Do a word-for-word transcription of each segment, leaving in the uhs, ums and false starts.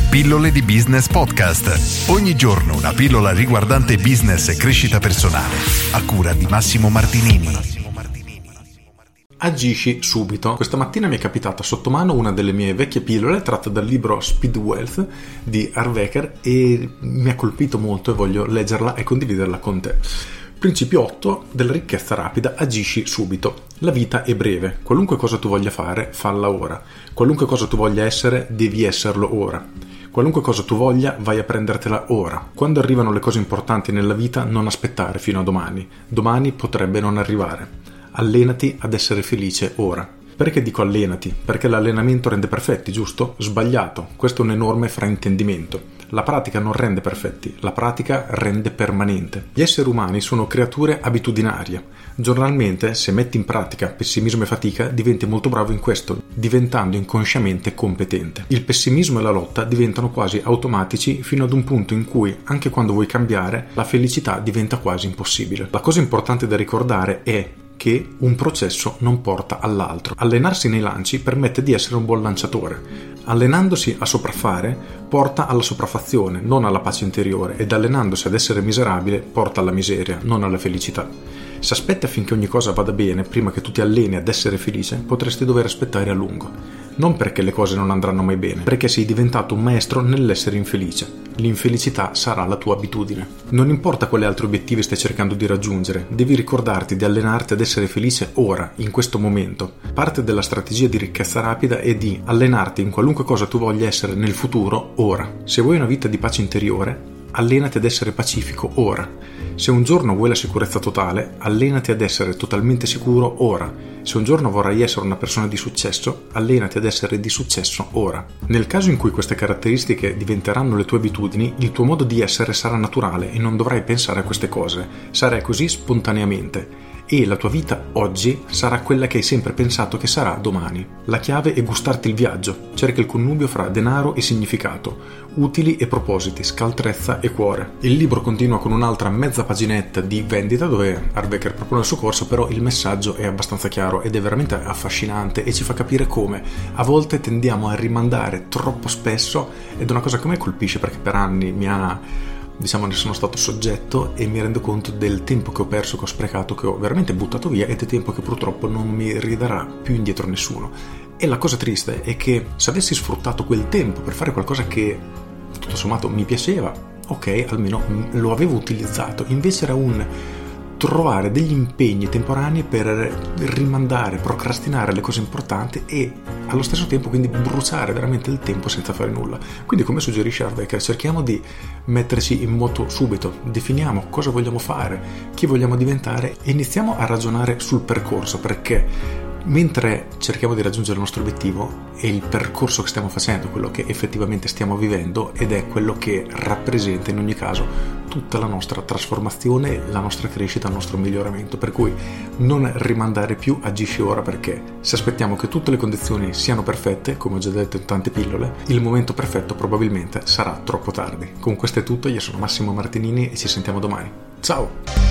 Pillole di Business Podcast. Ogni giorno una pillola riguardante business e crescita personale. A cura di Massimo Martinini. Agisci subito. Questa mattina mi è capitata sotto mano una delle mie vecchie pillole tratta dal libro Speed Wealth di Harvecker e mi ha colpito molto e voglio leggerla e condividerla con te. Principio otto della ricchezza rapida: agisci subito. La vita è breve, qualunque cosa tu voglia fare, falla ora. Qualunque cosa tu voglia essere, devi esserlo ora. Qualunque cosa tu voglia, vai a prendertela ora. Quando arrivano le cose importanti nella vita, non aspettare fino a domani. Domani potrebbe non arrivare. Allenati ad essere felice ora. Perché dico allenati? Perché l'allenamento rende perfetti, giusto? Sbagliato. Questo è un enorme fraintendimento. La pratica non rende perfetti, la pratica rende permanente. Gli esseri umani sono creature abitudinarie. Giornalmente, se metti in pratica pessimismo e fatica, diventi molto bravo in questo, diventando inconsciamente competente. Il pessimismo e la lotta diventano quasi automatici fino ad un punto in cui, anche quando vuoi cambiare, la felicità diventa quasi impossibile. La cosa importante da ricordare è che un processo non porta all'altro. Allenarsi nei lanci permette di essere un buon lanciatore. Allenandosi a sopraffare porta alla sopraffazione, non alla pace interiore, ed allenandosi ad essere miserabile porta alla miseria, non alla felicità. Se aspetti affinché ogni cosa vada bene prima che tu ti alleni ad essere felice, potresti dover aspettare a lungo. Non perché le cose non andranno mai bene, perché sei diventato un maestro nell'essere infelice. L'infelicità sarà la tua abitudine. Non importa quali altri obiettivi stai cercando di raggiungere, devi ricordarti di allenarti ad essere felice ora, in questo momento. Parte della strategia di ricchezza rapida è di allenarti in qualunque cosa tu voglia essere nel futuro, ora. Se vuoi una vita di pace interiore, allenati ad essere pacifico ora. Se un giorno vuoi la sicurezza totale, allenati ad essere totalmente sicuro ora. Se un giorno vorrai essere una persona di successo, allenati ad essere di successo ora. Nel caso in cui queste caratteristiche diventeranno le tue abitudini, il tuo modo di essere sarà naturale e non dovrai pensare a queste cose. Sarai così spontaneamente. E la tua vita oggi sarà quella che hai sempre pensato che sarà domani. La chiave è gustarti il viaggio. Cerca il connubio fra denaro e significato, utili e propositi, scaltrezza e cuore. Il libro continua con un'altra mezza paginetta di vendita dove Harvecker propone il suo corso, però il messaggio è abbastanza chiaro ed è veramente affascinante e ci fa capire come a volte tendiamo a rimandare troppo spesso, ed è una cosa che a me colpisce perché per anni mi ha... diciamo ne sono stato soggetto e mi rendo conto del tempo che ho perso, che ho sprecato, che ho veramente buttato via, ed è tempo che purtroppo non mi ridarà più indietro nessuno. E la cosa triste è che se avessi sfruttato quel tempo per fare qualcosa che tutto sommato mi piaceva, ok, almeno lo avevo utilizzato. Invece era un trovare degli impegni temporanei per rimandare, procrastinare le cose importanti e allo stesso tempo quindi bruciare veramente il tempo senza fare nulla. Quindi, come suggerisce Harvecker, cerchiamo di metterci in moto subito, definiamo cosa vogliamo fare, chi vogliamo diventare e iniziamo a ragionare sul percorso, perché mentre cerchiamo di raggiungere il nostro obiettivo è il percorso che stiamo facendo quello che effettivamente stiamo vivendo, ed è quello che rappresenta in ogni caso tutta la nostra trasformazione, la nostra crescita, il nostro miglioramento. Per cui non rimandare più, agisci ora, perché se aspettiamo che tutte le condizioni siano perfette, come ho già detto in tante pillole, il momento perfetto probabilmente sarà troppo tardi. Con questo è tutto, io sono Massimo Martinini e ci sentiamo domani. Ciao!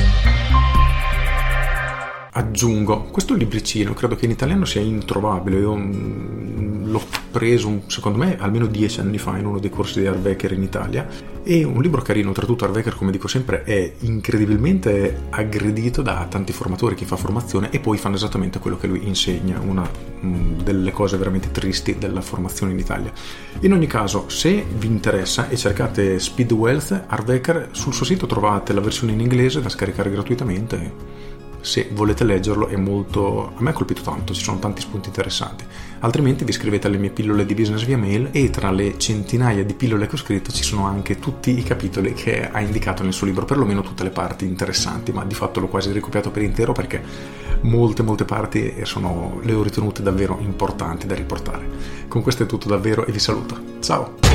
Aggiungo, questo libricino credo che in italiano sia introvabile. Io l'ho preso secondo me almeno dieci anni fa in uno dei corsi di Harvecker in Italia. È un libro carino, oltretutto Harvecker, come dico sempre, è incredibilmente aggredito da tanti formatori, chi fa formazione, e poi fanno esattamente quello che lui insegna, una delle cose veramente tristi della formazione in Italia. In ogni caso, se vi interessa e cercate Speed Wealth, Harvecker, sul suo sito trovate la versione in inglese da scaricare gratuitamente. Se volete leggerlo è molto... a me ha colpito tanto, ci sono tanti spunti interessanti. Altrimenti vi iscrivete alle mie pillole di business via mail e tra le centinaia di pillole che ho scritto ci sono anche tutti i capitoli che ha indicato nel suo libro, perlomeno tutte le parti interessanti, ma di fatto l'ho quasi ricopiato per intero perché molte molte parti sono, le ho ritenute davvero importanti da riportare. Con questo è tutto davvero e vi saluto. Ciao!